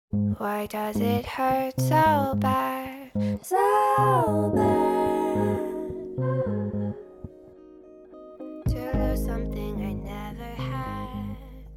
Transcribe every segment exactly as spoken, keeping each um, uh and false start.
Why does it hurt so bad, so bad to lose something I never had,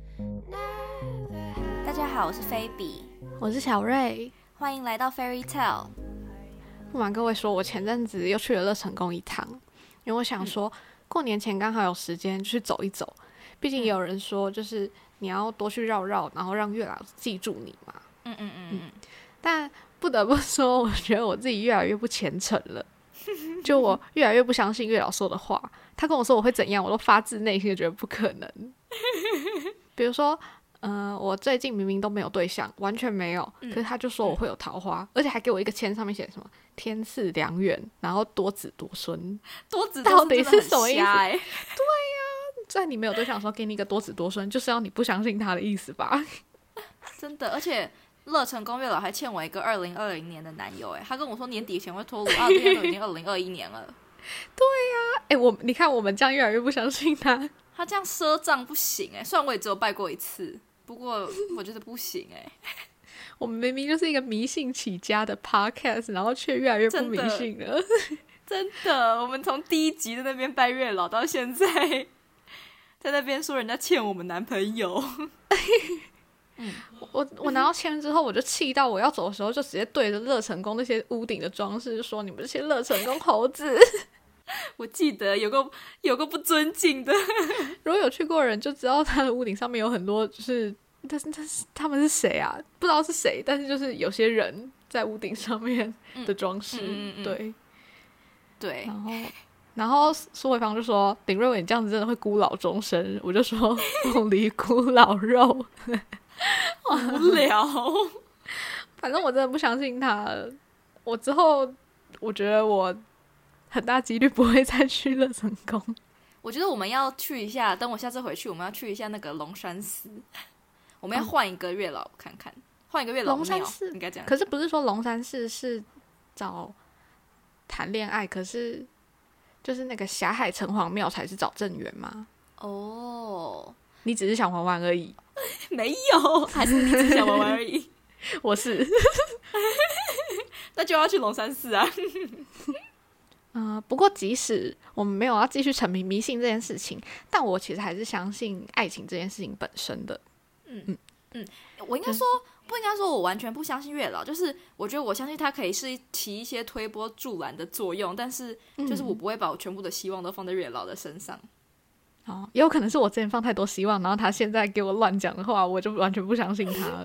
never had? 大家好，我是菲比， 我是小瑞， 欢迎来到 Fairy Tale。 不瞒各位说，我前阵子又去了乐成宫一趟，因为我想说，过年前刚好有时间去走一走。毕竟也有人说，就是你要多去绕绕，然后让月老记住你嘛。 嗯嗯嗯嗯。 但不得不说，我觉得我自己越来越不虔诚了。就我越来越不相信月老说的话，他跟我说我会怎样，我都发自内心的觉得不可能。比如说，呃，我最近明明都没有对象，完全没有，可是他就说我会有桃花，嗯、而且还给我一个签，上面写什么“天赐良缘”，然后多子多孙。 多子多孙到底是什么意思？ 欸、对呀、啊，在你没有对象的时候给你一个多子多孙，就是要你不相信他的意思吧？ 真的，而且乐成宫月老还欠我一个二零二零年的男友，哎，他跟我说年底前会脱乳，啊，现在都已经二零二一年了。 对呀、啊，哎，我你看我们这样越来越不相信他。 他这样赊账不行哎，虽然我也只有拜过一次，不过我觉得不行哎。 我们明明就是一个迷信起家的 podcast， 然后却越来越不迷信了。 真的，真的我们从第一集在那边拜月老，到现在在那边说人家欠我们男朋友。 嗯、我我拿到签之后，我就气到我要走的时候，就直接对着乐成宫那些屋顶的装饰说：“你们这些乐成宫猴子！” 我记得有个有个不尊敬的。 如果有去过的人就知道，他的屋顶上面有很多，就是但是但是他们是谁啊？不知道是谁，但是就是有些人在屋顶上面的装饰，嗯嗯嗯嗯对对， 然后。然后苏伟芳就说：“林瑞伟，你这样子真的会孤老终生。”我就说：“凤梨菇老肉。” 无聊。 反正我真的不相信他了。我之后我觉得我很大几率不会再去乐成宫。 我觉得我们要去一下，等我下次回去，我们要去一下那个龙山寺。我们要换一个月老看看，换、哦、一个月老庙。 龙山寺应该这样。 可是不是说龙山寺是找谈恋爱，可是就是那个霞海城隍庙才是找正缘吗？ 哦， 你只是想玩玩而已。 没有，还是你只是想玩玩而已。 我是。 那就要去龙山寺啊。 呃，不过即使我们没有要继续沉迷迷信这件事情，但我其实还是相信爱情这件事情本身的。 嗯嗯嗯，我应该说、嗯、不应该说我完全不相信月老，就是我觉得我相信它可以是起一些推波助澜的作用，但是就是我不会把我全部的希望都放在月老的身上。 哦，也有可能是我之前放太多希望，然后他现在给我乱讲的话，我就完全不相信他了。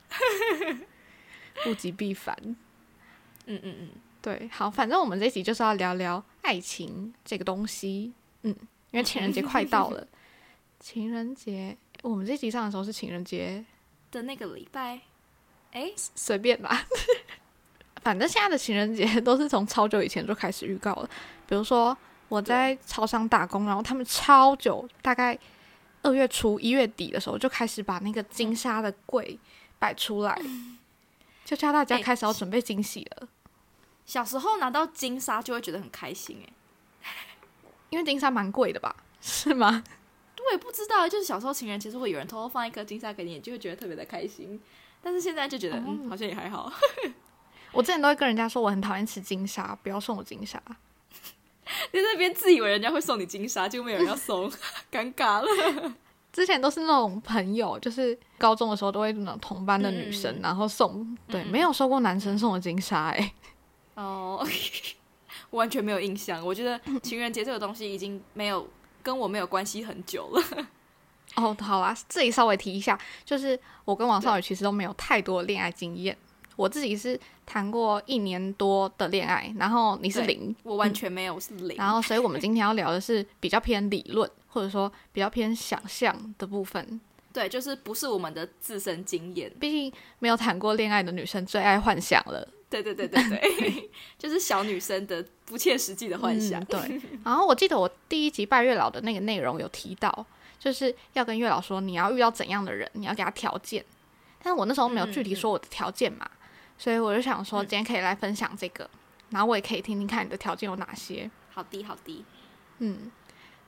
物极必反。 嗯嗯嗯， 对，好，反正我们这一集就是要聊聊爱情这个东西。嗯，因为情人节快到了。情人节，我们这集上的时候是情人节的那个礼拜，哎， 随便啦。反正现在的情人节都是从超久以前就开始预告了，比如说。我在超商打工，然后他们超久，大概二月初一月底的时候就开始把那个金沙的柜摆出来，就叫大家开始要准备惊喜了。 小时候拿到金沙就会觉得很开心哎， 因为金沙蛮贵的吧？是吗？ 我也不知道，就是小时候情人节会有人偷偷放一颗金沙给你，就会觉得特别的开心。但是现在就觉得、哦、嗯，好像也还好。 我之前都会跟人家说我很讨厌吃金沙，不要送我金沙。 你在那边自以为人家会送你金沙，结果没有人要送，尴尬了。 之前都是那种朋友，就是高中的时候都会那种同班的女生，嗯、然后送，对，嗯、没有收过男生送的金沙哎、欸。 哦，我完全没有印象。我觉得情人节这个东西已经没有跟我没有关系很久了。 哦，好啦，这里稍微提一下，就是我跟王少宇其实都没有太多的恋爱经验。我自己是谈过一年多的恋爱，然后你是零， 我完全没有，我是零。 然后，所以我们今天要聊的是比较偏理论，或者说比较偏想象的部分。 对，就是不是我们的自身经验。 毕竟没有谈过恋爱的女生最爱幻想了。 对对对对对，就是小女生的不切实际的幻想。 嗯、对。然后我记得我第一集拜月老的那个内容有提到，就是要跟月老说你要遇到怎样的人，你要给他条件。但是我那时候没有具体说我的条件嘛。嗯嗯嗯，所以我就想说今天可以来分享这个、嗯、然后我也可以听听看你的条件有哪些。 好的好的。 嗯，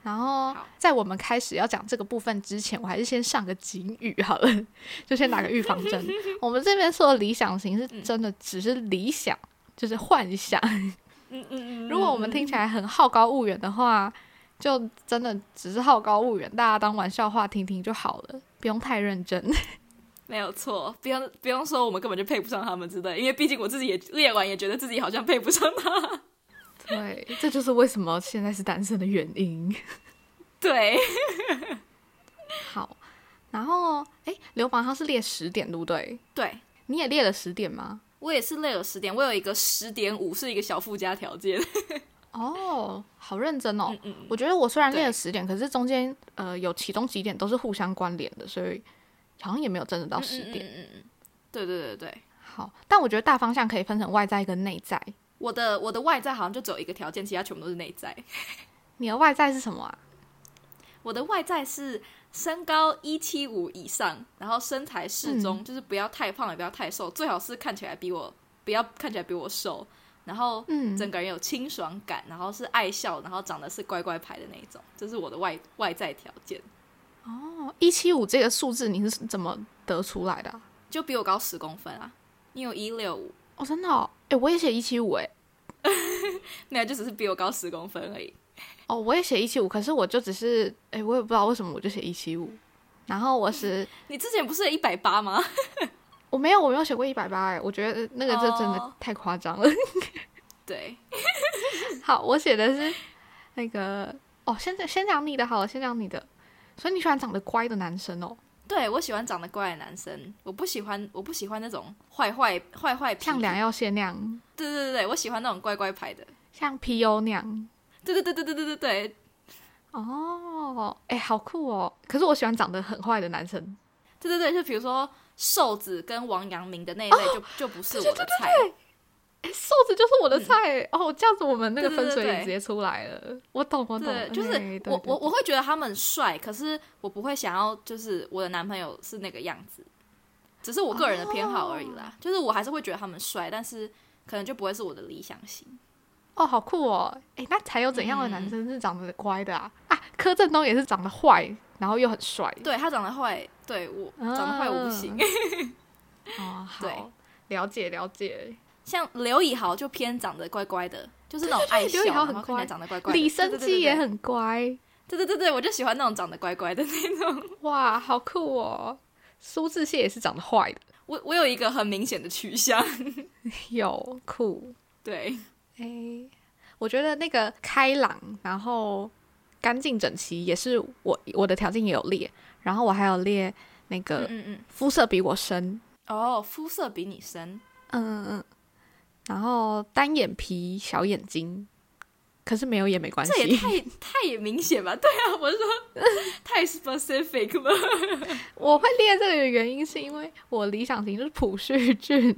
然后在我们开始要讲这个部分之前，我还是先上个警语好了，就先打个预防针。我们这边说的理想型是真的只是理想，嗯、就是幻想。 嗯嗯嗯。 如果我们听起来很好高骛远的话，就真的只是好高骛远，大家当玩笑话听听就好了，不用太认真。 没有错，不用不用说我们根本就配不上他们之类，因为毕竟我自己也练完也觉得自己好像配不上他。 对，这就是为什么现在是单身的原因。 对， 好，然后哎，流氓他是列十点，对不对？ 对， 你也列了十点吗？ 我也是列了十点，我有一个十点五是一个小附加条件。 哦，好认真哦。 嗯嗯嗯， 我觉得我虽然列了十点，可是中间呃有其中几点都是互相关联的，所以好像也没有真的到十点。 嗯嗯嗯，对对对对。 好，但我觉得大方向可以分成外在跟内在。 我的我的外在好像就只有一个条件，其他全部都是内在。 你的外在是什么啊？ 我的外在是身高一七五以上，然后身材适中，嗯、就是不要太胖也不要太瘦，最好是看起来比我不要看起来比我瘦，然后整个人有清爽感，然后是爱笑，然后长得是乖乖牌的那种，这是我的外外在条件。 哦，一七五这个数字你是怎么得出来的、啊？ 就比我高十公分啊！你有一六五哦，真的哦？哎，我也写一七五哎， 没有，就只是比我高十公分而已。 哦，我也写一七五，可是我就只是哎，我也不知道为什么我就写一七五，然后我是你之前不是一百八吗？ 我没有，我没有写过一百八哎，我觉得那个就真的太夸张了。Oh. 对， 好，我写的是那个哦，先先讲你的好了，先讲你的。所以你喜欢长得乖的男生哦？ 对，我喜欢长得乖的男生，我不喜欢我不喜欢那种坏坏坏坏皮， 像梁耀宪那样。 对对对对，我喜欢那种乖乖牌的， 像 P O 那样。 对对对对对对对对。 哦，哎，好酷哦！可是我喜欢长得很坏的男生。 对对对，就比如说瘦子跟王阳明的那一类就，就、哦、就不是我的菜。 对对对对哎，瘦子就是我的菜、嗯、哦，这样子我们那个分水岭直接出来了。对对对对我懂，我懂， 对，就是对对对我我我会觉得他们帅，可是我不会想要，就是我的男朋友是那个样子，只是我个人的偏好而已啦。哦、就是我还是会觉得他们帅，但是可能就不会是我的理想型。 哦，好酷哦！哎，那才有怎样的男生是长得乖的啊？嗯、啊，柯震东也是长得坏，然后又很帅。 对他长得坏，对我、嗯、长得坏我不行。 哦，好，了解了解。 像刘以豪就偏长得乖乖的，就是那种爱笑，然后看起来长得乖乖的。 李昇基也很乖， 对对对对，我就喜欢那种长得乖乖的那种。 哇，好酷哦！苏志燮也是长得坏的。 我我有一个很明显的取向， 有酷。 对， 哎，我觉得那个开朗，然后干净整齐，也是我我的条件也有列，然后我还有列那个嗯嗯肤色比我深。 哦，肤色比你深， 嗯嗯嗯。然后单眼皮小眼睛，可是没有也没关系。 这也太太明显吧？对啊，我是说太 specific 了。 我会列这个的原因是因为我理想型就是朴叙俊。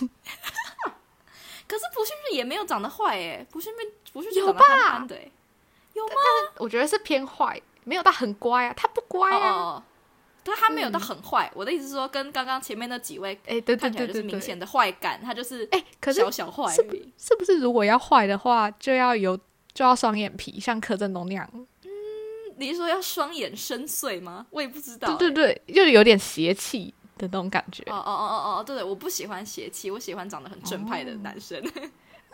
可是朴叙俊也没有长得坏哎，朴叙俊朴叙俊长得憨憨的哎，有吗？ 我觉得是偏坏，没有到很乖啊，他不乖啊。 哦哦对，他没有到很坏、嗯，我的意思是说，跟刚刚前面那几位， 哎，对对对对， 看起来就是明显的坏感，他就是哎，可是小小坏是不是不是？如果要坏的话，就要有就要双眼皮，像柯震东那样。 嗯，你是说要双眼深邃吗？我也不知道、欸。 对对对，就有点邪气的那种感觉。 哦哦哦哦哦，对对，我不喜欢邪气，我喜欢长得很正派的男生。哦、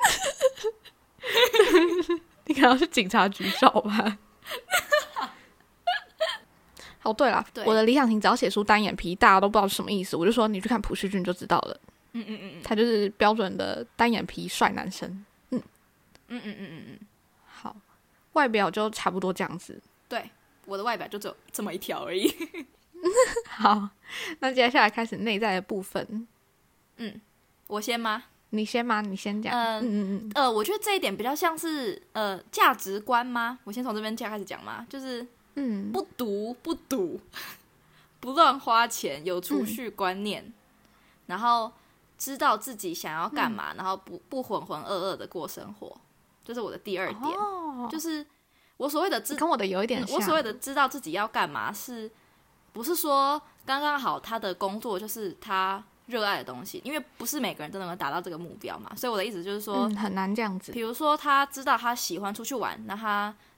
你可能是警察局找吧。哦，对了，我的理想型只要写出单眼皮，大家都不知道是什么意思，我就说你去看朴叙俊就知道了。 嗯嗯嗯， 他就是标准的单眼皮帅男生。 嗯嗯嗯嗯嗯嗯， 好，外表就差不多这样子。 对，我的外表就只有这么一条而已。 好，那接下来开始内在的部分。 嗯，我先吗？ 你先吗？你先讲。嗯嗯嗯。 呃，我觉得这一点比较像是呃价值观吗？我先从这边开始讲嘛，就是。 嗯， 不赌不赌，不乱花钱，有储蓄观念、嗯，然后知道自己想要干嘛，嗯、然后不不浑浑噩噩的过生活，这、就是我的第二点。哦、就是我所谓的知， 跟我的有一点像。 我所谓的知道自己要干嘛是，不是说刚刚好他的工作就是他热爱的东西，因为不是每个人都能够达到这个目标嘛。所以我的意思就是说， 嗯、很难这样子。 比如说他知道他喜欢出去玩，那他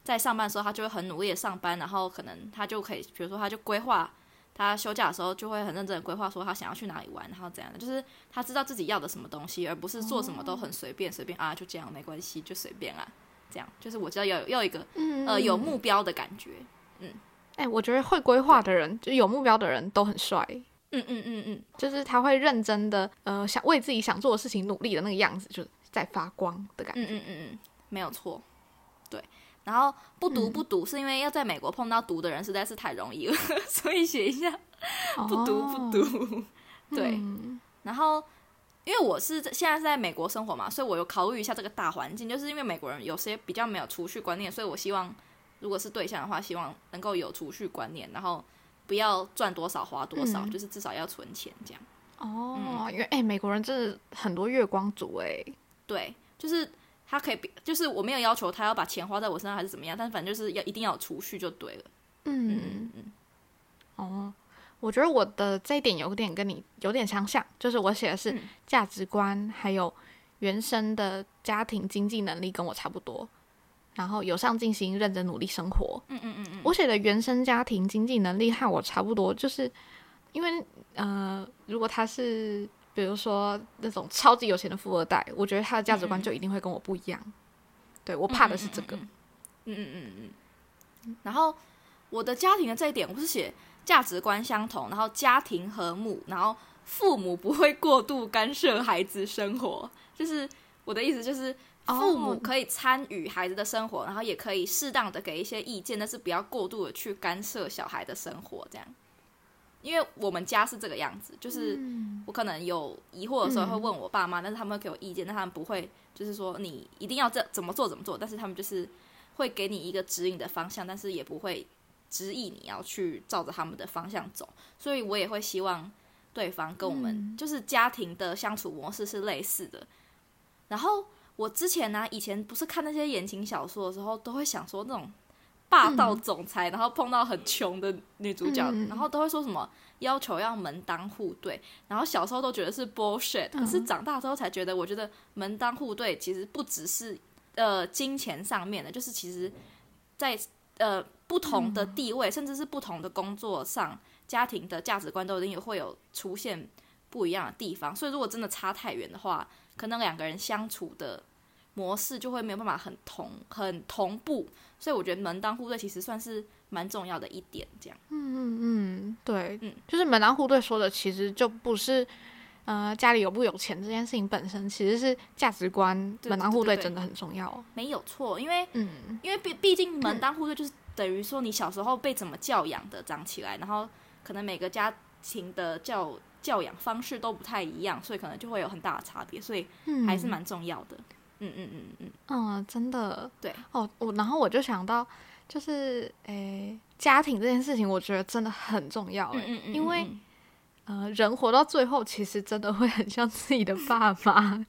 在上班的时候他就会很努力的上班，然后可能他就可以比如说他就规划他休假的时候就会很认真的规划说他想要去哪里玩，然后怎样的，就是他知道自己要的什么东西，而不是做什么都很随便随便啊，就这样没关系就随便啊，这样就是我知道要有要有一个嗯呃有目标的感觉。嗯， 哎、欸，我觉得会规划的人，就有目标的人都很帅。 嗯嗯嗯嗯， 就是他会认真的呃想为自己想做的事情努力的那个样子，就是在发光的感觉。 嗯嗯嗯嗯，没有错。对，然后不读不读、嗯、是因为要在美国碰到读的人实在是太容易了，所以写一下不读不读。哦、对、嗯，然后因为我是现在是在美国生活嘛，所以我有考虑一下这个大环境，就是因为美国人有些比较没有储蓄观念，所以我希望如果是对象的话，希望能够有储蓄观念，然后不要赚多少花多少、嗯、就是至少要存钱这样。 哦，因为哎，美国人真的很多月光族哎。 对，就是他可以，就是我没有要求他要把钱花在我身上还是怎么样，但反正就是要一定要有储蓄就对了。嗯嗯嗯。 哦，我觉得我的这一点有点跟你有点相像，就是我写的是价值观、嗯、还有原生的家庭经济能力跟我差不多。然后有上进心，认真努力生活。 嗯嗯嗯嗯。 我写的原生家庭经济能力和我差不多，就是因为呃，如果他是比如说那种超级有钱的富二代，我觉得他的价值观就一定会跟我不一样。嗯、对，我怕的是这个。 嗯嗯嗯嗯嗯。然后我的家庭的这一点，我是写价值观相同，然后家庭和睦，然后父母不会过度干涉孩子生活。就是我的意思就是。父母可以参与孩子的生活，然后也可以适当的给一些意见，但是不要过度的去干涉小孩的生活这样。因为我们家是这个样子，就是我可能有疑惑的时候会问我爸妈、嗯、但是他们会给我意见，但他们不会就是说你一定要这怎么做怎么做，但是他们就是会给你一个指引的方向，但是也不会指引你要去照着他们的方向走。所以我也会希望对方跟我们就是家庭的相处模式是类似的。然后我之前呢、啊，以前不是看那些言情小说的时候，都会想说那种霸道总裁，嗯、然后碰到很穷的女主角、嗯，然后都会说什么要求要门当户对，然后小时候都觉得是 bullshit，、嗯、可是长大之后才觉得，我觉得门当户对其实不只是呃金钱上面的，就是其实在呃不同的地位、嗯，甚至是不同的工作上，家庭的价值观都一定会有出现不一样的地方，所以如果真的差太远的话，可能两个人相处的模式就会没有办法很同很同步，所以我觉得门当户对其实算是蛮重要的一点，这样。 嗯嗯嗯，对，嗯，就是门当户对说的其实就不是呃家里有不有钱这件事情本身，其实是价值观门当户对真的很重要。 没有错，因为嗯，因为毕毕竟门当户对就是等于说你小时候被怎么教养的长起来，然后可能每个家庭的教教养方式都不太一样，所以可能就会有很大的差别，所以还是蛮重要的。嗯嗯嗯嗯嗯，真的对哦。我然后我就想到，就是诶，家庭这件事情，我觉得真的很重要。嗯嗯嗯，因为呃，人活到最后，其实真的会很像自己的爸妈。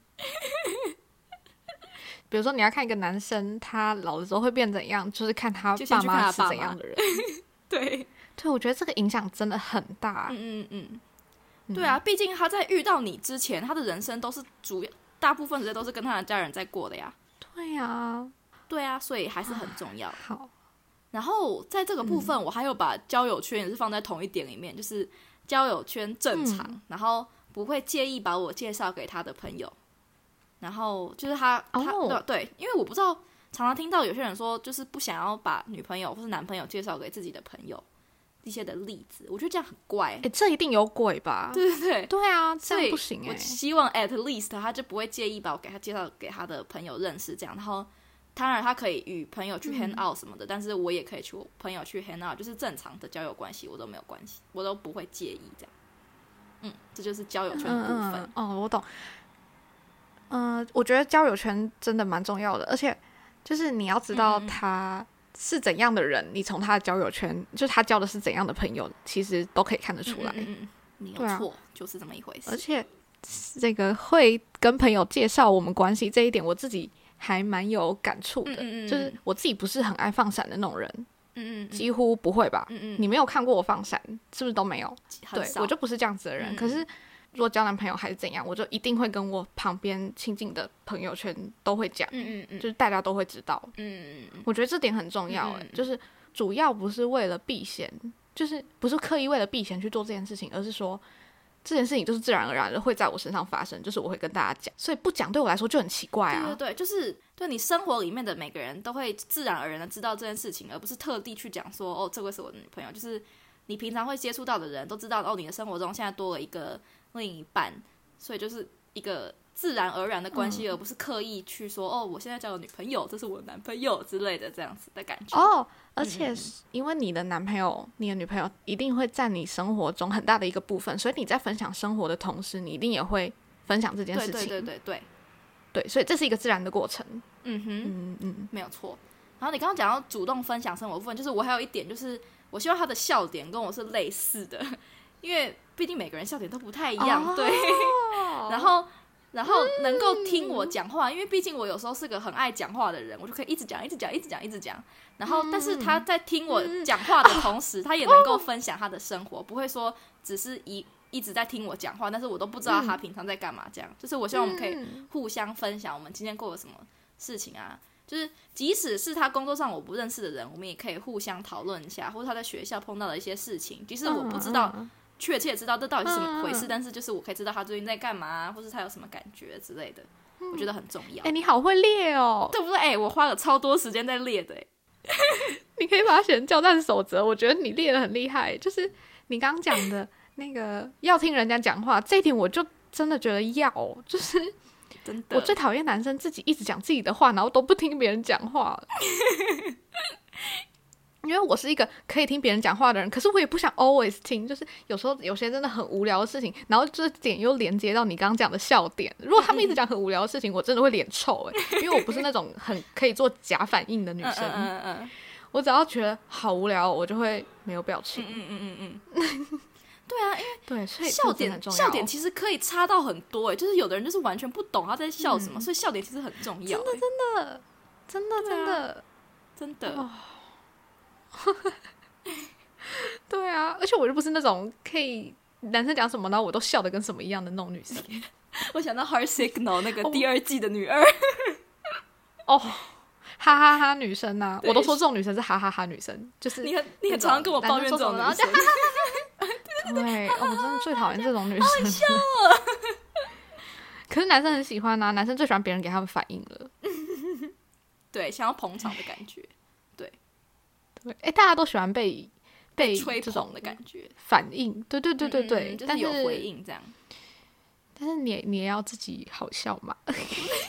比如说，你要看一个男生，他老了之后会变怎样，就是看他爸妈是怎样的人。 对对，我觉得这个影响真的很大。 嗯嗯嗯，对啊，毕竟他在遇到你之前，他的人生都是主要。大部分时间都是跟他的家人在过的呀。 对啊， 对啊，所以还是很重要。 好， 然后在这个部分，嗯、我还有把交友圈也是放在同一点里面，就是交友圈正常、嗯，然后不会介意把我介绍给他的朋友。然后就是他，他、哦、对，因为我不知道，常常听到有些人说，就是不想要把女朋友或是男朋友介绍给自己的朋友。一些的例子，我觉得这样很怪。 哎、欸，这一定有鬼吧？ 对对对， 对啊，这样不行哎、欸。 我希望 at least 他就不会介意把我给他介绍给他的朋友认识，这样。然后，当然他可以与朋友去 hang out 什么的，嗯、但是我也可以去朋友去 hang out， 就是正常的交友关系，我都没有关系，我都不会介意这样。嗯，这就是交友圈的部分。 嗯嗯、哦，我懂。嗯、呃，我觉得交友圈真的蛮重要的，而且就是你要知道他。嗯是怎样的人，你从他的交友圈，就是他交的是怎样的朋友，其实都可以看得出来。 嗯嗯嗯，你有错、啊，就是这么一回事。 而且这个会跟朋友介绍我们关系这一点，我自己还蛮有感触的、嗯嗯。就是我自己不是很爱放闪的那种人，嗯嗯，几乎不会吧？嗯嗯，你没有看过我放闪，是不是都没有？对，我就不是这样子的人。嗯嗯，可是如果交男朋友还是怎样，我就一定会跟我旁边亲近的朋友圈都会讲， 嗯嗯嗯， 就是大家都会知道。 嗯嗯嗯， 我觉得这点很重要，哎、 嗯嗯就是主要不是为了避嫌，就是不是刻意为了避嫌去做这件事情，而是说这件事情就是自然而然的会在我身上发生，就是我会跟大家讲，所以不讲对我来说就很奇怪啊。 对对对，就是对你生活里面的每个人都会自然而然的知道这件事情，而不是特地去讲说哦，这位是我的女朋友，就是你平常会接触到的人都知道哦，你的生活中现在多了一个另一半。所以就是一个自然而然的关系、嗯，而不是刻意去说哦，我现在交了女朋友，这是我的男朋友之类的这样子的感觉。 哦，而且因为你的男朋友、你的女朋友一定会占你生活中很大的一个部分，所以你在分享生活的同时，你一定也会分享这件事情。 对对对对对， 对，所以这是一个自然的过程。 嗯哼， 嗯嗯， 没有错。然后你刚刚讲到主动分享生活部分，就是我还有一点，就是我希望他的笑点跟我是类似的，因为毕竟每个人笑点都不太一样，哦、对。然后，然后能够听我讲话、嗯，因为毕竟我有时候是个很爱讲话的人，我就可以一直讲、一直讲、一直讲、一直讲。然后，但是他在听我讲话的同时，嗯、他也能够分享他的生活，哦、不会说只是一一直在听我讲话，但是我都不知道他平常在干嘛。这样，就是我希望我们可以互相分享我们今天过了什么事情啊。就是即使是他工作上我不认识的人，我们也可以互相讨论一下，或者他在学校碰到的一些事情，即使我不知道。嗯嗯确切知道这到底是什么回事、嗯，但是就是我可以知道他最近在干嘛，或是他有什么感觉之类的，嗯、我觉得很重要。 哎、欸，你好会列哦， 对不对？哎、欸，我花了超多时间在列的，哎， 你可以把它写成教战守则。我觉得你列得很厉害，就是你刚刚讲的那个要听人家讲话这一点，我就真的觉得要，就是真的， 我最讨厌男生自己一直讲自己的话，然后都不听别人讲话。因为我是一个可以听别人讲话的人，可是我也不想 always 听，就是有时候有些真的很无聊的事情，然后这点又连接到你刚刚讲的笑点。如果他们一直讲很无聊的事情，我真的会脸臭哎，因为我不是那种很可以做假反应的女生。嗯嗯嗯嗯，我只要觉得好无聊，我就会没有表情。嗯嗯嗯嗯嗯。对啊，因为对，所以笑點很重要。笑点其实可以差到很多哎，就是有的人就是完全不懂他在笑什么，嗯、所以笑点其实很重要。 真的真的真的真的真的。哦对啊，而且我就不是那种可以男生讲什么然后我都笑得跟什么一样的那种女生。 我想到 Heart Signal 那个第二季的女二哦，哈哈哈女生啊，我都说这种女生是哈哈哈女生，就是你很你很常常跟我抱怨这种女生。 对，哦，我真的最讨厌这种女生。 好笑啊！ 可是男生很喜欢啊，男生最喜欢别人给他们反应了。 对，想要捧场的感觉。 对，哎，大家都喜欢被被吹捧的感觉， 反应，对对对对对， 嗯、就是有回应这样。 但是你你也要自己好笑嘛。对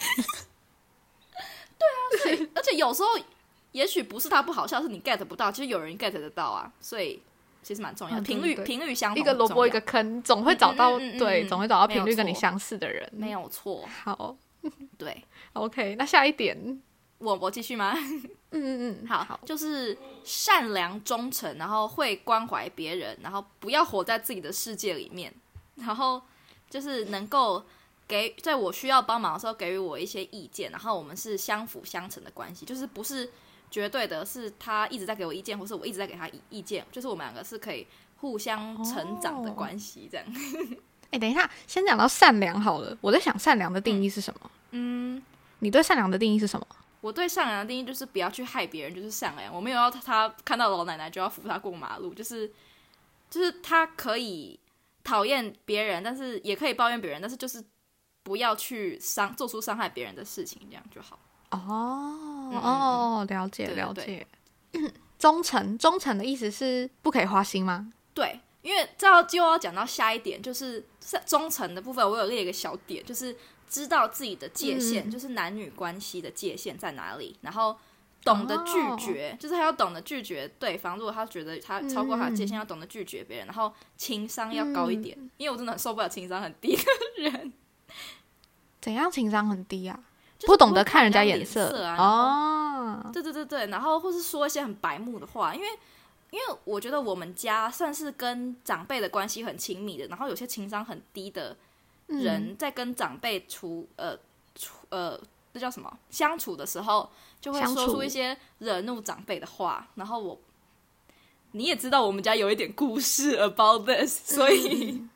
啊，所以而且有时候也许不是他不好笑，是你 get 不到，其实有人 get 得到啊，所以其实蛮重要，频率频率相同， 一个萝卜一个坑，总会找到、 嗯嗯嗯、 对，总会找到频率跟你相似的人， 没有错。 好， 对 ，OK， 那下一点。 我我继续吗？ 嗯嗯嗯， 好， 好， 就是善良忠诚，然后会关怀别人，然后不要活在自己的世界里面，然后就是能够给在我需要帮忙的时候给予我一些意见，然后我们是相辅相成的关系，就是不是绝对的是他一直在给我意见，或是我一直在给他意见，就是我们两个是可以互相成长的关系，这样。 哎、哦，等一下，先讲到善良好了，我在想善良的定义是什么？嗯，你对善良的定义是什么？ 我对善良的定义就是不要去害别人，就是善良。我没有要他看到老奶奶就要扶他过马路，就是就是他可以讨厌别人，但是也可以抱怨别人，但是就是不要去伤做出伤害别人的事情，这样就好。 哦、嗯、哦，了解了解。忠诚忠诚的意思是不可以花心吗？ 对，因为这要就要讲到下一点，就是忠诚的部分，我有列一个小点，就是知道自己的界限、嗯、就是男女关系的界限在哪里，然后懂得拒绝、哦、就是他要懂得拒绝对方，如果他觉得他超过他的界限、嗯、要懂得拒绝别人，然后情商要高一点、嗯、因为我真的很受不了情商很低的人。 怎样情商很低啊？ 就是、 不懂得看人家眼色, 色啊哦， 对对对对，然后或是说一些很白目的话，因为因为我觉得我们家算是跟长辈的关系很亲密的，然后有些情商很低的人在跟长辈处呃处呃这叫什么相处的时候，就会说出一些惹怒长辈的话，然后我你也知道我们家有一点故事 about this， 所以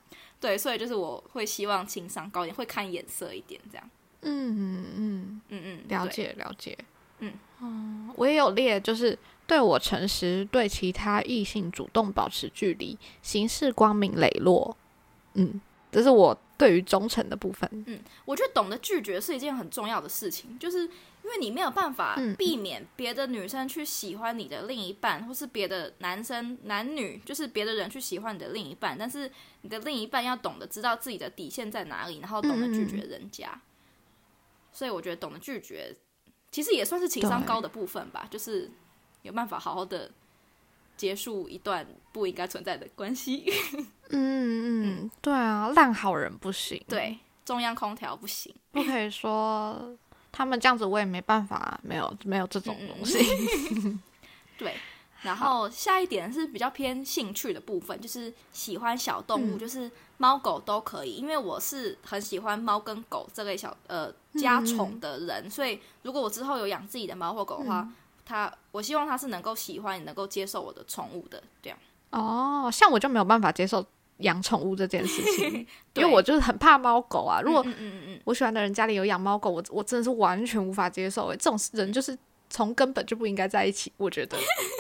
对，所以就是我会希望情商高一点，会看眼色一点这样。 嗯嗯嗯嗯， 了解了解。 嗯嗯，我也有列，就是对我诚实，对其他异性主动保持距离，行事光明磊落。嗯，这是我对于忠诚的部分。 嗯，我觉得懂得拒绝是一件很重要的事情，就是因为你没有办法避免别的女生去喜欢你的另一半，或是别的男生男女，就是别的人去喜欢你的另一半，但是你的另一半要懂得知道自己的底线在哪里，然后懂得拒绝人家。嗯、所以我觉得懂得拒绝其实也算是情商高的部分吧，就是有办法好好的结束一段不应该存在的关系。 嗯嗯，对啊，烂好人不行。 对，中央空调不行， 不可以说他们这样子，我也没办法，没有没有这种东西。嗯嗯对，然后下一点是比较偏兴趣的部分，就是喜欢小动物，嗯、就是猫狗都可以，因为我是很喜欢猫跟狗这类小呃家宠的人，嗯、所以如果我之后有养自己的猫或狗的话。嗯他，我希望他是能够喜欢、也能够接受我的宠物的，这样。 哦，像我就没有办法接受养宠物这件事情，因为我就是很怕猫狗啊。如果我喜欢的人家里有养猫狗，我我真的是完全无法接受。哎，这种人就是从根本就不应该在一起，我觉得。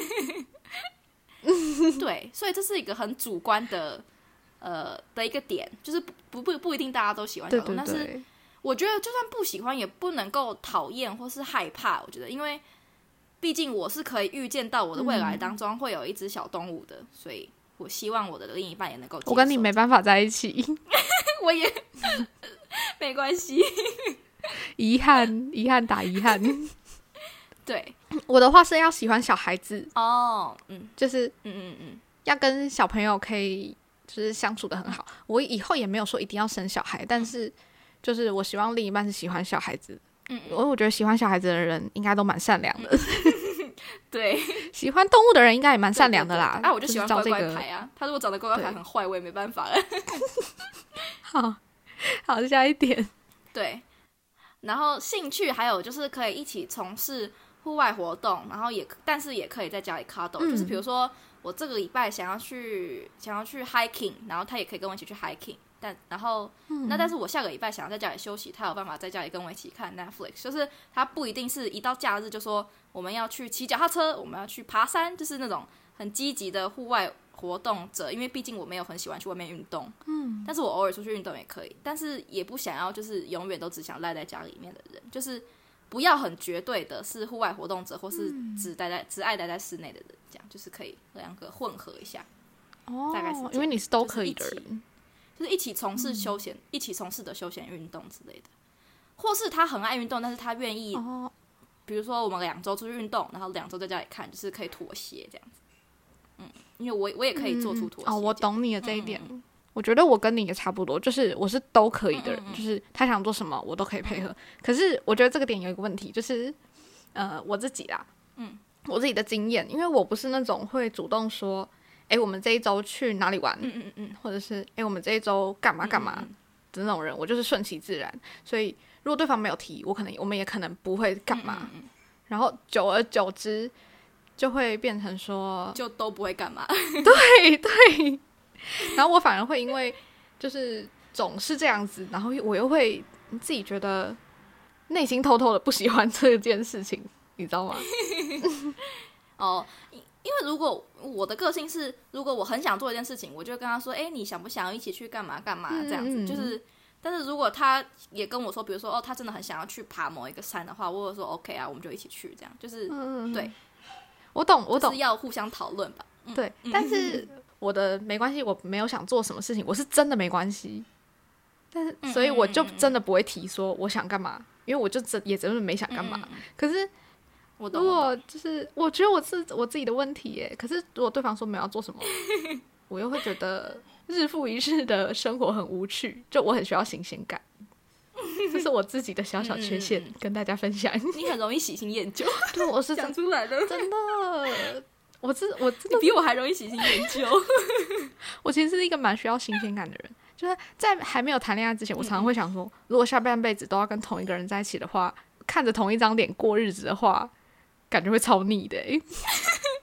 对，所以这是一个很主观的呃的一个点，就是不不不一定大家都喜欢小动物，但是我觉得就算不喜欢，也不能够讨厌或是害怕。我觉得，因为毕竟我是可以预见到我的未来当中会有一只小动物的，嗯、所以我希望我的另一半也能够接受。 我跟你没办法在一起， 我也没关系。 遗憾，遗憾打遗憾。 对， 我的话是要喜欢小孩子哦，嗯， 就是嗯嗯嗯， 要跟小朋友可以就是相处得很好。嗯、我以后也没有说一定要生小孩，但是就是我希望另一半是喜欢小孩子。嗯，我我觉得喜欢小孩子的人应该都蛮善良的。 嗯、对， 喜欢动物的人应该也蛮善良的啦。 对对对啊，我就喜欢乖乖牌啊。他如果长得乖乖牌很坏，我也没办法了。 好，好，下一点。 对，然后兴趣还有就是可以一起从事户外活动，然后也但是也可以在家里 cuddle，、嗯、就是比如说我这个礼拜想要去想要去 hiking， 然后他也可以跟我一起去 hiking。但然后、嗯、那但是我下个礼拜想要在家里休息，他有办法在家里跟我一起看 Netflix， 就是他不一定是一到假日就说我们要去骑脚踏车，我们要去爬山，就是那种很积极的户外活动者，因为毕竟我没有很喜欢去外面运动，嗯，但是我偶尔出去运动也可以，但是也不想要就是永远都只想赖在家里面的人，就是不要很绝对的是户外活动者，或是只待在、嗯、只爱待在室内的人，这样就是可以两个混合一下。 哦， 大概是因为你是都可以的人。 就是一起从事休闲、嗯，一起从事的休闲运动之类的，或是他很爱运动，但是他愿意、哦，比如说我们两周出去运动，然后两周在家里看，就是可以妥协这样子。嗯，因为我我也可以做出妥协、 嗯。哦，我懂你的这一点、嗯。我觉得我跟你也差不多，就是我是都可以的人，嗯嗯嗯就是他想做什么我都可以配合、嗯。可是我觉得这个点有一个问题，就是呃我自己啦，嗯，我自己的经验，因为我不是那种会主动说。哎，我们这一周去哪里玩？嗯嗯嗯，或者是哎，我们这一周干嘛干嘛的那种人，我就是顺其自然。所以如果对方没有提，我可能我们也可能不会干嘛。嗯嗯嗯然后久而久之，就会变成说， 就都不会干嘛。 对对。然后我反而会因为就是总是这样子，然后我又会自己觉得内心偷偷的不喜欢这件事情，你知道吗？ 哦。因为如果我的个性是，如果我很想做一件事情，我就跟他说，哎，你想不想要一起去干嘛干嘛这样子，嗯嗯就是，但是如果他也跟我说，比如说，哦，他真的很想要去爬某一个山的话，我会说 OK 啊，我们就一起去，这样，就是，嗯、对， 我懂，我懂， 就是要互相讨论吧， 嗯、对、嗯，但是我的没关系，我没有想做什么事情，我是真的没关系，但是，所以我就真的不会提说我想干嘛，因为我就真也真的没想干嘛，嗯嗯嗯可是。如果就是我觉得我是我自己的问题耶，可是如果对方说没有要做什么，我又会觉得日复一日的生活很无趣，就我很需要新鲜感，这是我自己的小小缺陷，嗯、跟大家分享。 你很容易喜新厌旧， 对，我是讲出来了， 真的，我是我真的你比我还容易喜新厌旧。 我其实是一个蛮需要新鲜感的人，就是在还没有谈恋爱之前，我常常会想说，嗯、如果下半辈子都要跟同一个人在一起的话，看着同一张脸过日子的话。感觉会超腻的、欸、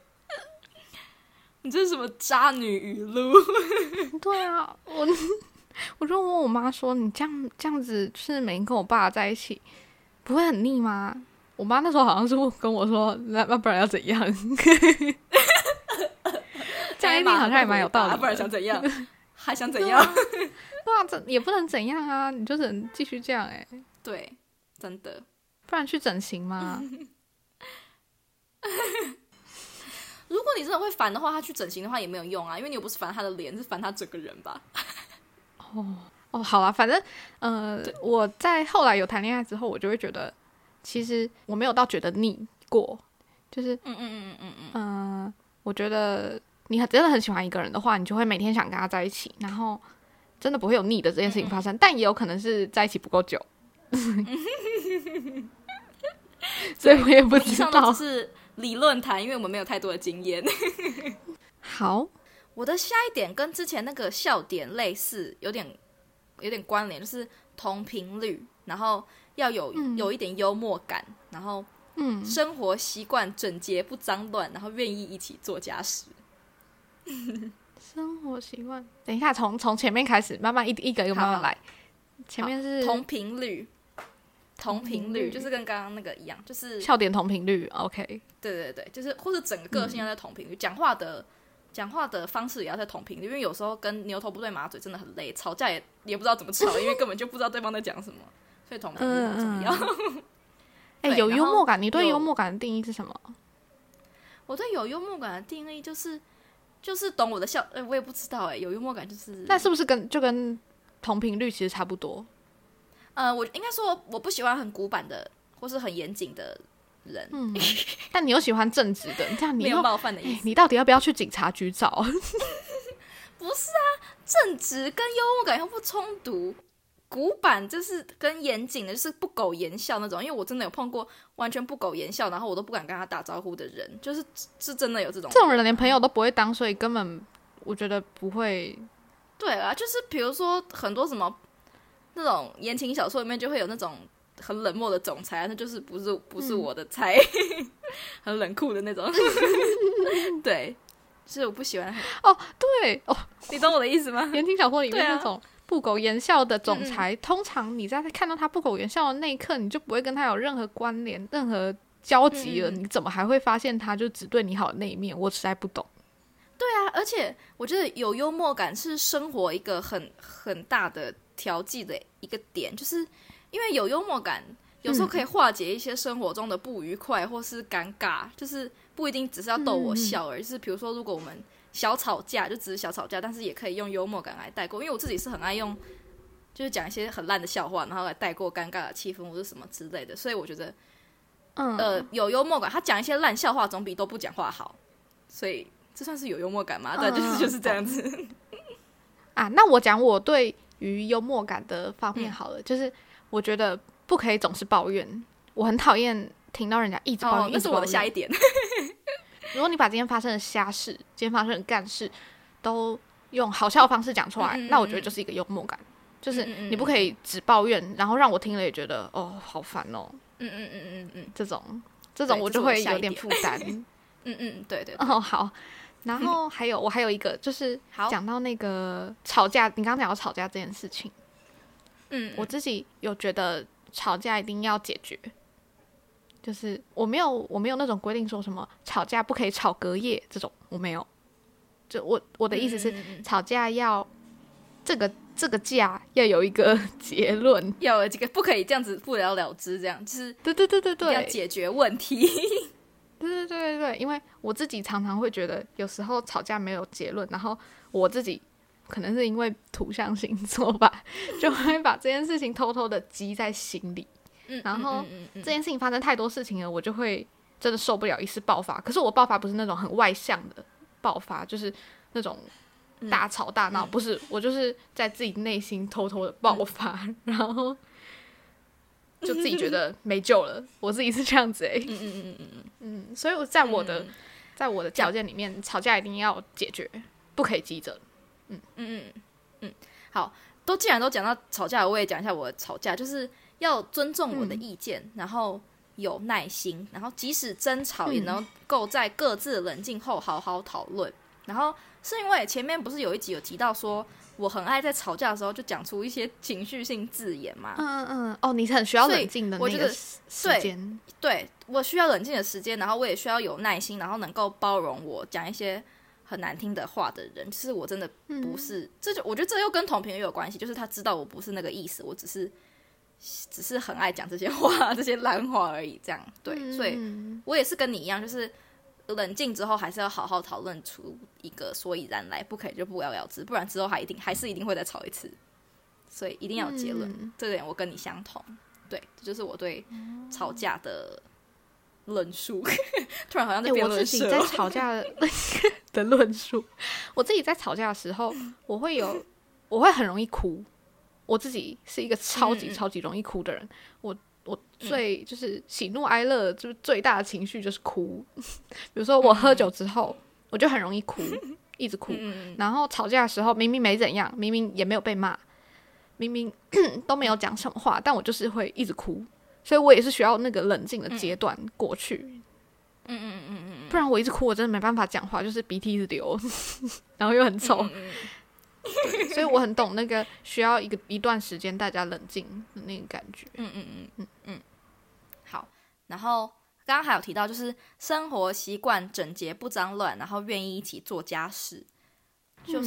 你这是什么渣女语录？ 对啊，我我就问我妈说：“你这样这样子，就是每天跟我爸在一起，不会很腻吗？”我妈那时候好像是跟我说：“那那不然要怎样？”这样一定好像也蛮有道理的， 不然想怎样？还想怎样？ 对啊，这也不能怎样啊，你就只能继续这样哎、欸。 对，真的， 不然去整形吗？ 如果你真的会烦的话，他去整形的话也没有用啊，因为你又不是烦他的脸，是烦他整个人吧。 哦哦，好啊，反正呃，我在后来有谈恋爱之后，我就会觉得，其实我没有到觉得腻过，就是嗯嗯嗯嗯嗯嗯、呃，我觉得你真的很喜欢一个人的话，你就会每天想跟他在一起，然后真的不会有腻的这件事情发生，嗯嗯但也有可能是在一起不够久，所以我也不知道。以上都只是理论谈，因为我们没有太多的经验。 好， 我的下一点跟之前那个笑点类似，有点有点关联，就是同频率，然后要有、嗯、有一点幽默感，然后嗯，生活习惯整洁不脏乱，然后愿意一起做家事。 生活习惯，等一下，从从前面开始，慢慢一一个一个慢慢来。前面是同频率，同频率就是跟刚刚那个一样，就是笑点同频率。OK， 对对对，就是或者整个个性要在同频率，讲、嗯、话的讲话的方式也要在同频率，因为有时候跟牛头不对马嘴真的很累，吵架也也不知道怎么吵，因为根本就不知道对方在讲什么，所以同频率很重要。 哎、嗯欸，有幽默感，你对幽默感的定义是什么？ 我对有幽默感的定义就是。就是懂我的笑，呃，我也不知道哎，有幽默感就是， 那是不是跟就跟同频率其实差不多？ 呃，我应该说我不喜欢很古板的或是很严谨的人， 嗯，但你又喜欢正直的，这样你没有冒犯的意思、 欸。你到底要不要去警察局找？ 不是啊，正直跟幽默感又不冲突。古板就是跟严谨的，就是不苟言笑那种。因为我真的有碰过完全不苟言笑，然后我都不敢跟他打招呼的人，就是是真的有这种人、啊。 这种人连朋友都不会当，所以根本我觉得不会。 对啊，就是比如说很多什么那种言情小说里面就会有那种很冷漠的总裁，那就是不是不是我的菜，嗯、很冷酷的那种。对，就是我不喜欢很。 哦，对哦， 你懂我的意思吗？ 言情小说里面那种。不苟言笑的总裁、嗯，通常你在看到他不苟言笑的那一刻，你就不会跟他有任何关联、任何交集了、嗯。你怎么还会发现他就只对你好的那一面？我实在不懂。 对啊，而且我觉得有幽默感是生活一个很很大的调剂的一个点，就是因为有幽默感，有时候可以化解一些生活中的不愉快或是尴尬，嗯、就是不一定只是要逗我笑而已。嗯、就是比如说，如果我们小吵架就只是小吵架，但是也可以用幽默感来带过，因为我自己是很爱用就是讲一些很烂的笑话，然后来带过尴尬的气氛或者什么之类的，所以我觉得嗯呃有幽默感，他讲一些烂笑话总比都不讲话好，所以这算是有幽默感吗？对、嗯，就是就是这样子啊。那我讲我对于幽默感的方面好了、嗯、就是我觉得不可以总是抱怨，我很讨厌听到人家一直抱怨、哦、 那是我的下一点如果你把今天发生的瞎事、今天发生的干事都用好笑的方式讲出来、嗯嗯嗯，那我觉得就是一个幽默感。就是你不可以只抱怨，然后让我听了也觉得哦好烦哦。嗯嗯嗯嗯嗯，这种这种我就会有点负担。 嗯嗯，对对, 对。哦好，然后还有我还有一个就是讲到那个吵架，你刚刚讲到吵架这件事情，嗯，我自己有觉得吵架一定要解决。就是我没有我没有那种规定说什么吵架不可以吵隔夜这种，我没有。就我我的意思是、嗯嗯嗯、吵架要这个这个架要有一个结论， 要有这个不可以这样子不了了之，这样就是对对对对对， 要解决问题。 对对对对对，因为我自己常常会觉得有时候吵架没有结论，然后我自己可能是因为土象星座吧，就会把这件事情偷偷的积在心里。然后这件事情发生太多事情了，我就会真的受不了，一次爆发。可是我爆发不是那种很外向的爆发，就是那种大吵大闹、嗯、不是，我就是在自己内心偷偷的爆发、嗯、然后就自己觉得没救了。我自己是这样子欸，嗯嗯嗯嗯嗯嗯，所以我在我的、嗯、在我的条件里面，吵架一定要解决，不可以急着。嗯嗯嗯嗯，好，都既然都讲到吵架，我也讲一下我的吵架，就是要尊重我的意见、嗯、然后有耐心，然后即使争吵也能够在各自冷静后好好讨论、嗯、然后是因为前面不是有一集有提到说我很爱在吵架的时候就讲出一些情绪性字眼嘛？ 嗯嗯嗯，哦，你很需要冷静的那个时间， 对，我需要冷静的时间，然后我也需要有耐心，然后能够包容我讲一些很难听的话的人。就是我真的不是，嗯、这就我觉得这又跟同频有关系，就是他知道我不是那个意思，我只是只是很爱讲这些话，这些烂话而已。这样对、嗯，所以我也是跟你一样，就是冷静之后还是要好好讨论出一个所以然来，不可以就不了了之，不然之后还一定还是一定会再吵一次。所以一定要有结论、嗯，这点我跟你相同。对，这就是我对吵架的论述。突然好像在辩论社、 欸、我自己在吵架的的论述，我自己在吵架的时候，我会有，我会很容易哭。我自己是一个超级超级容易哭的人，嗯、我我最就是喜怒哀乐，就是最大的情绪就是哭。比如说我喝酒之后，嗯、我就很容易哭，一直哭。嗯、然后吵架的时候，明明没怎样，明明也没有被骂。明明都没有讲什么话，但我就是会一直哭，所以我也是需要那个冷静的阶段过去。嗯嗯嗯嗯不然我一直哭，我真的没办法讲话，就是鼻涕一直流，然后又很臭。嗯嗯对，所以我很懂那个需要一个一段时间大家冷静的那个感觉。嗯嗯嗯嗯嗯。好，然后刚刚还有提到，就是生活习惯整洁不脏乱，然后愿意一起做家事，就是、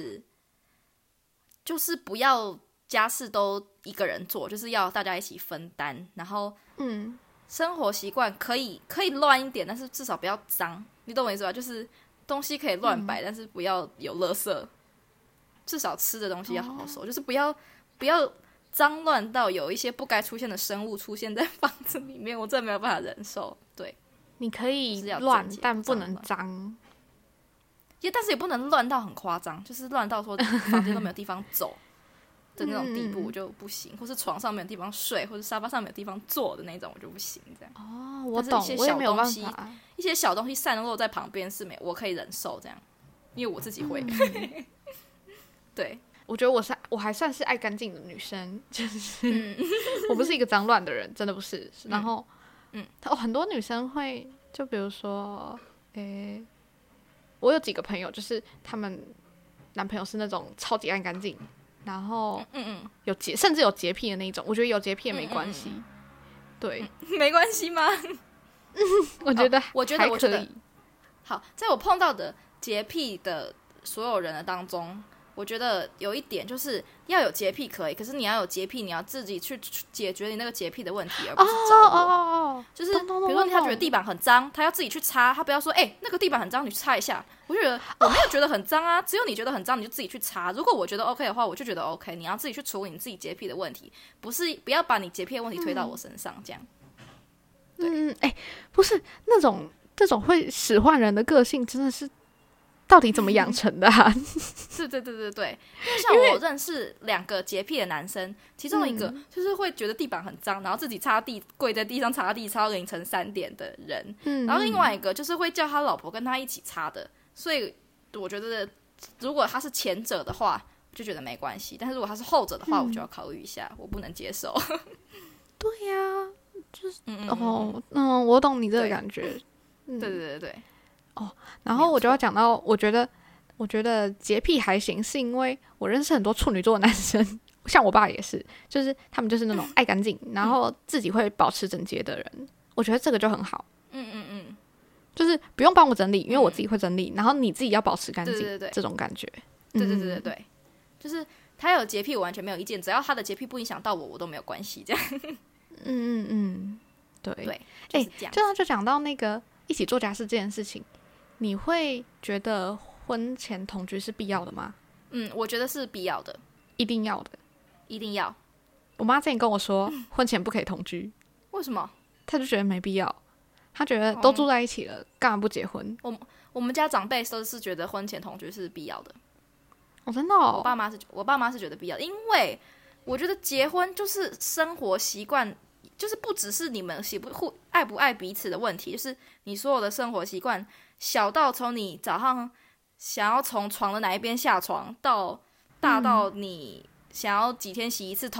嗯、就是不要。家事都一个人做，就是要大家一起分担。然后，嗯，生活习惯可以可以乱一点，但是至少不要脏。你懂我意思吧？就是东西可以乱摆、嗯，但是不要有垃圾。至少吃的东西要好好收，哦、就是不要不要脏乱到有一些不该出现的生物出现在房子里面，我真的没有办法忍受。对， 你可以乱，但不能脏。 也但是也不能乱到很夸张，就是乱到说房间都没有地方走。的那种地步我就不行、嗯、或是床上没有地方睡，或是沙发上没有地方坐的那种我就不行。这样哦，我懂，我也没有办法。 一些小东西散落在旁边是没我可以忍受这样，因为我自己会。嗯、对， 我觉得我是我还算是爱干净的女生，就是、嗯、我不是一个脏乱的人，真的不是。然后，嗯，哦，很多女生会，就比如说，诶，我有几个朋友，就是他们男朋友是那种超级爱干净。然后有洁，甚至有洁癖的那种，我觉得有洁癖也没关系。嗯嗯对、 嗯，没关系吗？ 我觉得、哦， 我觉得，我觉得好，在我碰到的洁癖的所有人的当中，我觉得有一点就是要有洁癖可以，可是你要有洁癖，你要自己去解决你那个洁癖的问题，而不是找我。哦哦哦就是比如说他觉得地板很脏，他要自己去擦，他不要说哎、欸、那个地板很脏，你去擦一下。我就觉得我没有觉得很脏啊，只有你觉得很脏，你就自己去擦。如果我觉得 OK 的话，我就觉得 OK。你要自己去处理你自己洁癖的问题，不是不要把你洁癖的问题推到我身上，这样。 嗯，哎、欸，不是那种这种会使唤人的个性，真的是到底怎么养成的啊？ 对对对对对，因为像我认识两个洁癖的男生，其中一个就是会觉得地板很脏，然后自己擦地，跪在地上擦地，擦到凌晨三点的人。嗯，然后另外一个就是会叫他老婆跟他一起擦的。所以我觉得，如果他是前者的话，就觉得没关系；但是如果他是后者的话，嗯、我就要考虑一下，我不能接受。 对呀、啊，就是嗯哦，嗯，我懂你这个感觉。 对、嗯、对对对对。 哦，然后我就要讲到，我觉得，我觉得洁癖还行，是因为我认识很多处女座的男生，像我爸也是，就是他们就是那种爱干净，嗯、然后自己会保持整洁的人。我觉得这个就很好。嗯嗯嗯。就是不用帮我整理，因为我自己会整理，嗯、然后你自己要保持干净，对对对，这种感觉。 对对对对对，嗯、就是他有洁癖，我完全没有意见，只要他的洁癖不影响到我，我都没有关系。这样。 嗯嗯嗯，对对， 哎、就是欸，就就讲到那个一起做家事这件事情，你会觉得婚前同居是必要的吗？ 嗯，我觉得是必要的， 一定要的， 一定要。 我妈之前跟我说，婚前不可以同居， 为什么？ 她就觉得没必要。他觉得都住在一起了，干、哦、嘛不结婚？ 我我们家长辈都是觉得婚前同居是必要的。 哦，真的哦？ 我爸妈是，我爸妈是觉得必要的，因为我觉得结婚就是生活习惯，就是不只是你们喜不互爱不爱彼此的问题，就是你所有的生活习惯，小到从你早上想要从床的哪一边下床，到大到你想要几天洗一次头。嗯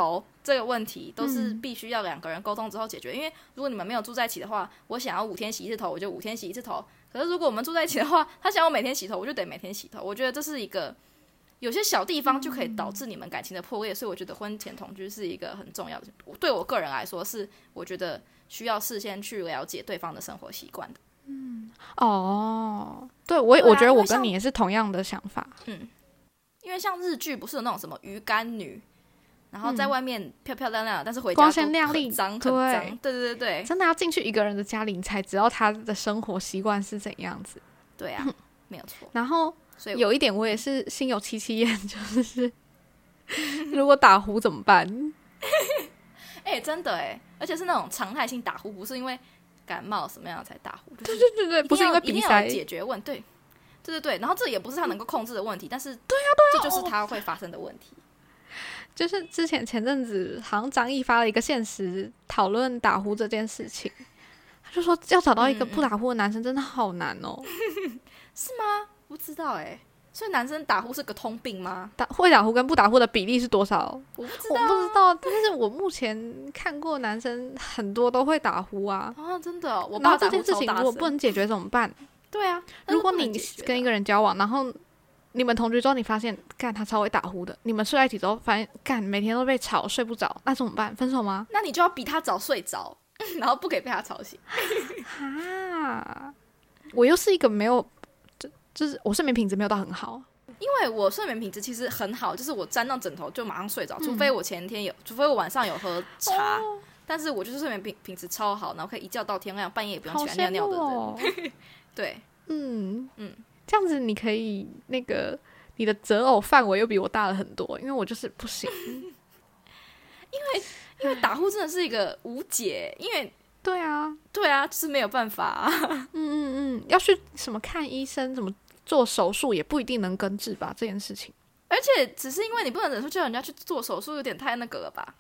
这个问题都是必须要两个人沟通之后解决、嗯、因为如果你们没有住在一起的话，我想要五天洗一次头我就五天洗一次头，可是如果我们住在一起的话，他想要我每天洗头我就得每天洗头。我觉得这是一个有些小地方就可以导致你们感情的破裂、嗯、所以我觉得婚前同居是一个很重要的，对我个人来说是我觉得需要事先去了解对方的生活习惯的。 嗯，哦，对，我、啊、我觉得我跟你也是同样的想法。嗯， 因为像日剧不是有那种什么鱼干女，然后在外面漂漂亮亮、嗯、但是回家光鲜亮丽， 很脏很脏，对对对对， 真的要进去一个人的家里你才知道他的生活习惯是怎样子。 对啊，没有错。 然后有一点我也是心有戚戚焉，就是如果打呼怎么办？ 哎、欸，真的哎，而且是那种常态性打呼，不是因为感冒什么样才打呼，就是、 对对对对，不是因为鼻塞， 解决问题，对对对对。然后这也不是他能够控制的问题，但是对啊对啊， 这就是他会发生的问题。 就是之前前阵子好像张毅发了一个限时讨论打呼这件事情，他就说要找到一个不打呼的男生真的好难哦。 嗯、是吗？不知道哎。所以男生打呼是个通病吗？ 打会打呼跟不打呼的比例是多少？ 我不知道、啊， 我不知道。但是我目前看过男生很多都会打呼啊。 啊，真的、哦？我然后这件事情如果不能解决怎么办？ 对啊， 如果你跟一个人交往，然后你们同居之后，你发现干他超会打呼的，你们睡在一起之后发现干每天都被吵睡不着，那怎么办？分手吗？ 那你就要比他早睡着，然后不可以被他吵醒。 哈，我又是一个没有。就是我睡眠品质没有到很好， 因为我睡眠品质其实很好，就是我沾到枕头就马上睡着、嗯，除非我前天有，除非我晚上有喝茶，哦、但是我就是睡眠品品质超好，然后可以一觉到天亮，半夜也不用起来尿尿的人。 哦、 对， 嗯嗯，这样子你可以那个你的择偶范围又比我大了很多，因为我就是不行， 因为因为打呼真的是一个无解，因为。 对啊， 对啊，就是没有办法、啊。 嗯嗯嗯，要去什么看医生，怎么做手术也不一定能根治吧这件事情。 而且只是因为你不能忍受叫人家去做手术，有点太那个了吧？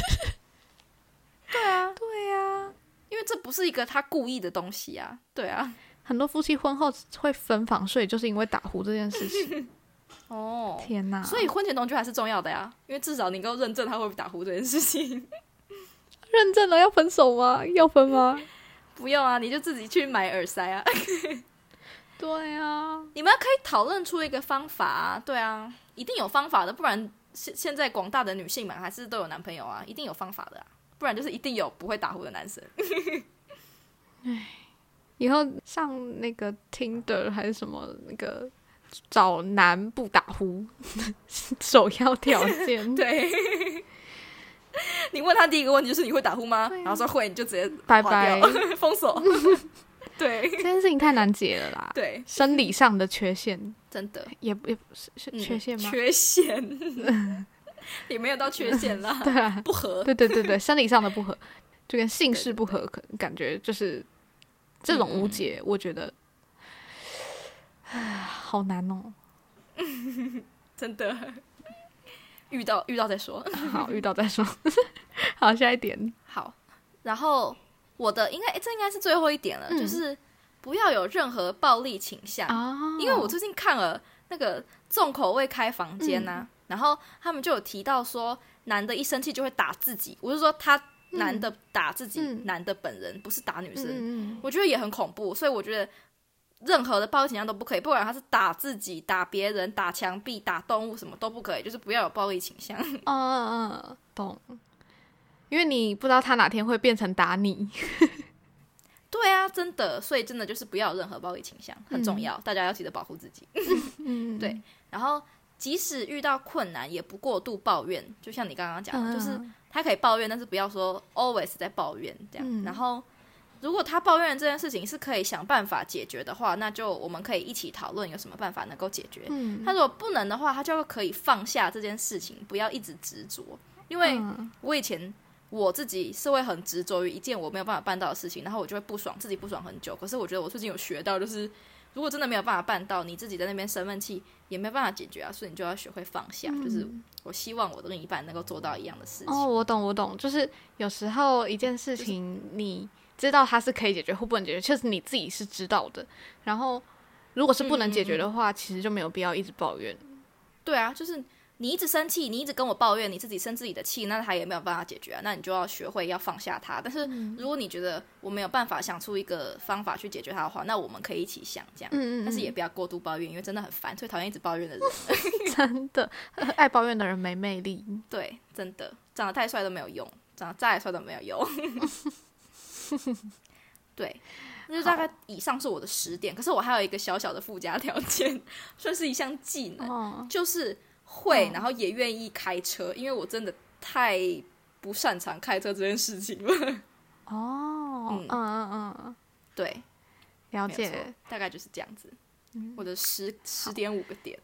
对啊， 对啊， 因为这不是一个他故意的东西啊。对啊， 很多夫妻婚后会分房睡，就是因为打呼这件事情。 哦， 天哪！ 所以婚前同居还是重要的呀，因为至少你能够认证他会不会打呼这件事情。 认证了要分手吗？要分吗？ 不用啊，你就自己去买耳塞啊。 对啊， 你们可以讨论出一个方法啊。对啊，一定有方法的，不然现现在广大的女性们还是都有男朋友啊，一定有方法的啊，不然就是一定有不会打呼的男生。 唉，以后上那个 Tinder 还是什么那个找男不打呼首要条件。 对。你问他第一个问题就是你会打呼吗？啊、然后说会，你就直接拜拜封锁。对， 这件事情太难解了啦。 对， 生理上的缺陷， 真的也也不是是缺陷吗？ 嗯、缺陷也没有到缺陷啦。 对啊， 不合。 对对对对，生理上的不合，就跟性事不合，可感觉就是这种无解，嗯、我觉得，唉，好难哦。 真的。遇到遇到再说， 好，遇到再说。好，下一点。 好，然后我的应该这应该是最后一点了，嗯、就是不要有任何暴力倾向、哦。因为我最近看了那个重口味开房间啊、嗯，然后他们就有提到说，男的一生气就会打自己。我是说他男的打自己，嗯、男的本人不是打女生、嗯，我觉得也很恐怖。所以我觉得。任何的暴力倾向都不可以，不管他是打自己、打别人、打墙壁、打动物，什么都不可以，就是不要有暴力倾向。 嗯嗯嗯，懂。因为你不知道他哪天会变成打你。 对啊，真的，所以真的就是不要有任何暴力倾向，很重要，嗯、大家要记得保护自己。嗯，对。然后即使遇到困难，也不过度抱怨，就像你刚刚讲的、嗯，就是他可以抱怨，但是不要说 always 在抱怨这样。嗯、然后。如果他抱怨的这件事情是可以想办法解决的话，那就我们可以一起讨论有什么办法能够解决。嗯，他如果不能的话，他就可以放下这件事情，不要一直执着。因为我以前我自己是会很执着于一件我没有办法办到的事情，然后我就会不爽，自己不爽很久。可是我觉得我最近有学到，就是如果真的没有办法办到，你自己在那边生闷气也没办法解决啊，所以你就要学会放下。嗯、就是我希望我的另一半能够做到一样的事情。 哦，我懂，我懂，就是有时候一件事情你。知道它是可以解决或不能解决，确实你自己是知道的。然后，如果是不能解决的话，嗯、其实就没有必要一直抱怨。 对啊，就是你一直生气，你一直跟我抱怨，你自己生自己的气，那他也没有办法解决啊。那你就要学会要放下他。但是如果你觉得我没有办法想出一个方法去解决他的话，那我们可以一起想这样。嗯嗯嗯，但是也不要过度抱怨，因为真的很烦，最讨厌一直抱怨的人。 真的，爱抱怨的人没魅力。 对，真的，长得太帅都没有用，长得再帅都没有用。对，那就大概以上是我的十点。可是我还有一个小小的附加条件，算是一项技能，哦、就是会，然后也愿意开车，因为我真的太不擅长开车这件事情了。哦，嗯嗯嗯嗯，对， 了解， 大概就是这样子。嗯、我的十十点五个点。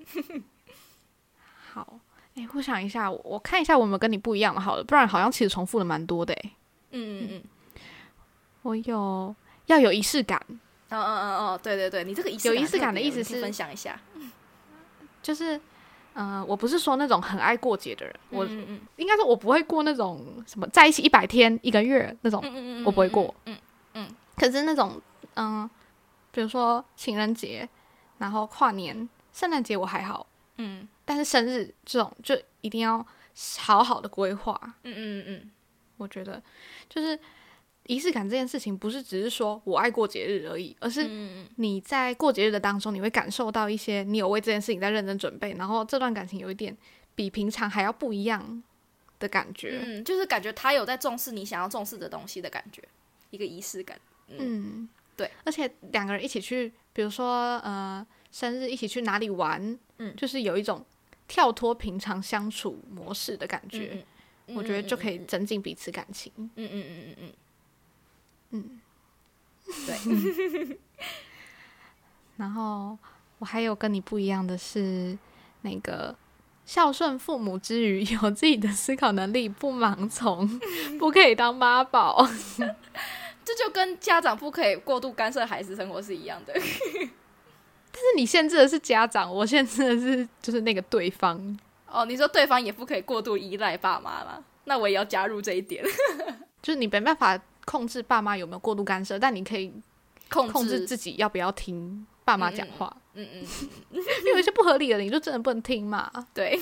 好，哎、欸，我想一下，我, 我看一下我有没有跟你不一样的，好了，不然好像其实重复的蛮多的。哎，嗯嗯嗯，我有要有仪式感。 哦哦哦哦，对对对，你这个仪式感有仪式感的意思是分享一下， 就是。嗯、呃，我不是说那种很爱过节的人，我嗯嗯应该说我不会过那种什么在一起一百天、一个月那种，嗯嗯嗯我不会过。嗯 嗯, 嗯，可是那种嗯、呃，比如说情人节，然后跨年、圣诞节我还好，嗯，但是生日这种就一定要好好的规划。嗯嗯嗯，我觉得就是仪式感这件事情，不是只是说我爱过节日而已，而是你在过节日的当中，你会感受到一些你有为这件事情在认真准备，然后这段感情有一点比平常还要不一样的感觉。 嗯，就是感觉他有在重视你想要重视的东西的感觉，一个仪式感。嗯，嗯对， 而且两个人一起去，比如说呃生日一起去哪里玩，嗯，就是有一种跳脱平常相处模式的感觉，嗯嗯我觉得就可以增进彼此感情。嗯嗯嗯嗯嗯。嗯，对。然后我还有跟你不一样的是，那个孝顺父母之余，有自己的思考能力，不盲从，不可以当妈宝。 这就跟家长不可以过度干涉孩子生活是一样的。但是你限制的是家长，我限制的是就是那个对方。 哦，你说对方也不可以过度依赖爸妈吗？那我也要加入这一点。 就是你没办法控制爸妈有没有过度干涉，但你可以控制自己要不要听爸妈讲话。嗯嗯嗯，嗯因为有一些不合理的，你就真的不能听嘛。 对。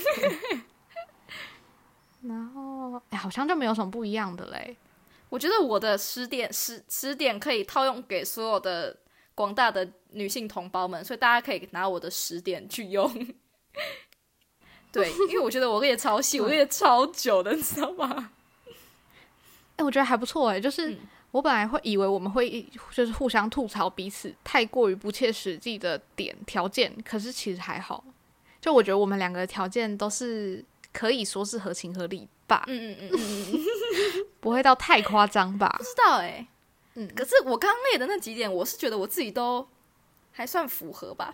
然后，哎，好像就没有什么不一样的嘞。 我觉得我的十点十十点可以套用给所有的广大的女性同胞们，所以大家可以拿我的十点去用。对，因为我觉得我列超细，我列超久的，你知道吗？ 哎、欸，我觉得还不错哎，就是我本来会以为我们会就是互相吐槽彼此太过于不切实际的点条件，可是其实还好。就我觉得我们两个条件都是可以说是合情合理吧，嗯嗯嗯嗯，不会到太夸张吧？ 不知道哎、欸，嗯，可是我刚刚列的那几点，我是觉得我自己都还算符合吧。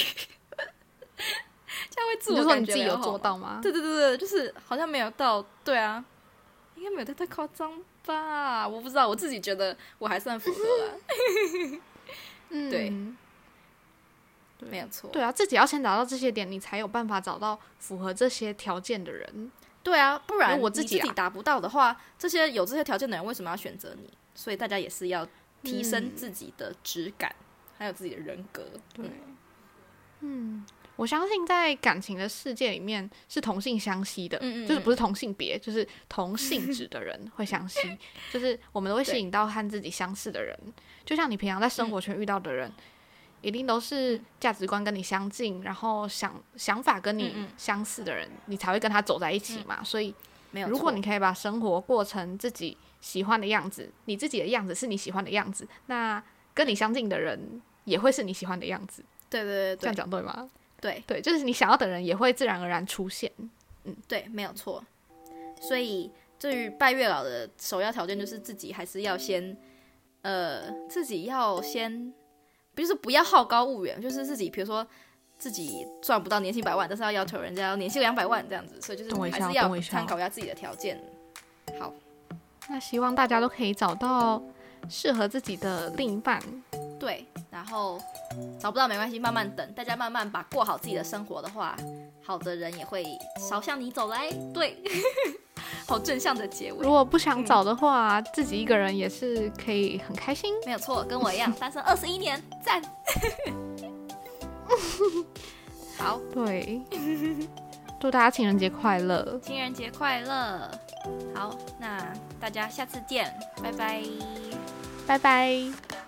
这样会自我感觉你就说你自己有做到吗？ 对对对对，就是好像没有到，对啊，应该没有到太夸张吧？我不知道，我自己觉得我还算符合啦。嗯，对，没有错。 对啊，自己要先找到这些点，你才有办法找到符合这些条件的人。 对啊，不然我自己、啊、你自己达不到的话，这些有这些条件的人为什么要选择你？所以大家也是要提升自己的质感，嗯、还有自己的人格。 对，嗯。我相信在感情的世界里面是同性相吸的，嗯嗯嗯就是不是同性别，就是同性质的人会相吸，就是我们都会吸引到和自己相似的人。就像你平常在生活圈遇到的人，嗯、一定都是价值观跟你相近，然后想想法跟你相似的人，嗯嗯你才会跟他走在一起嘛。嗯、所以，如果你可以把生活过成自己喜欢的样子，你自己的样子是你喜欢的样子，那跟你相近的人也会是你喜欢的样子。 对对对对， 这样讲对吗？ 对对，就是你想要的人也会自然而然出现。 嗯，对，没有错。所以对于拜月老的首要条件就是自己还是要先，呃，自己要先，就是不要好高骛远，就是自己比如说自己赚不到年薪百万，但是要要求人家要年薪两百万这样子，所以就是还是要参考一下自己的条件。好， 那希望大家都可以找到适合自己的另一半。 对，然后找不到没关系，慢慢等，大家慢慢把过好自己的生活的话，好的人也会朝向你走来。对，好正向的结尾。 如果不想找的话，嗯、自己一个人也是可以很开心。 没有错，跟我一样，单身二十一年，赞。好， 对。 祝大家情人节快乐！ 情人节快乐！好，那大家下次见，拜拜， 拜拜。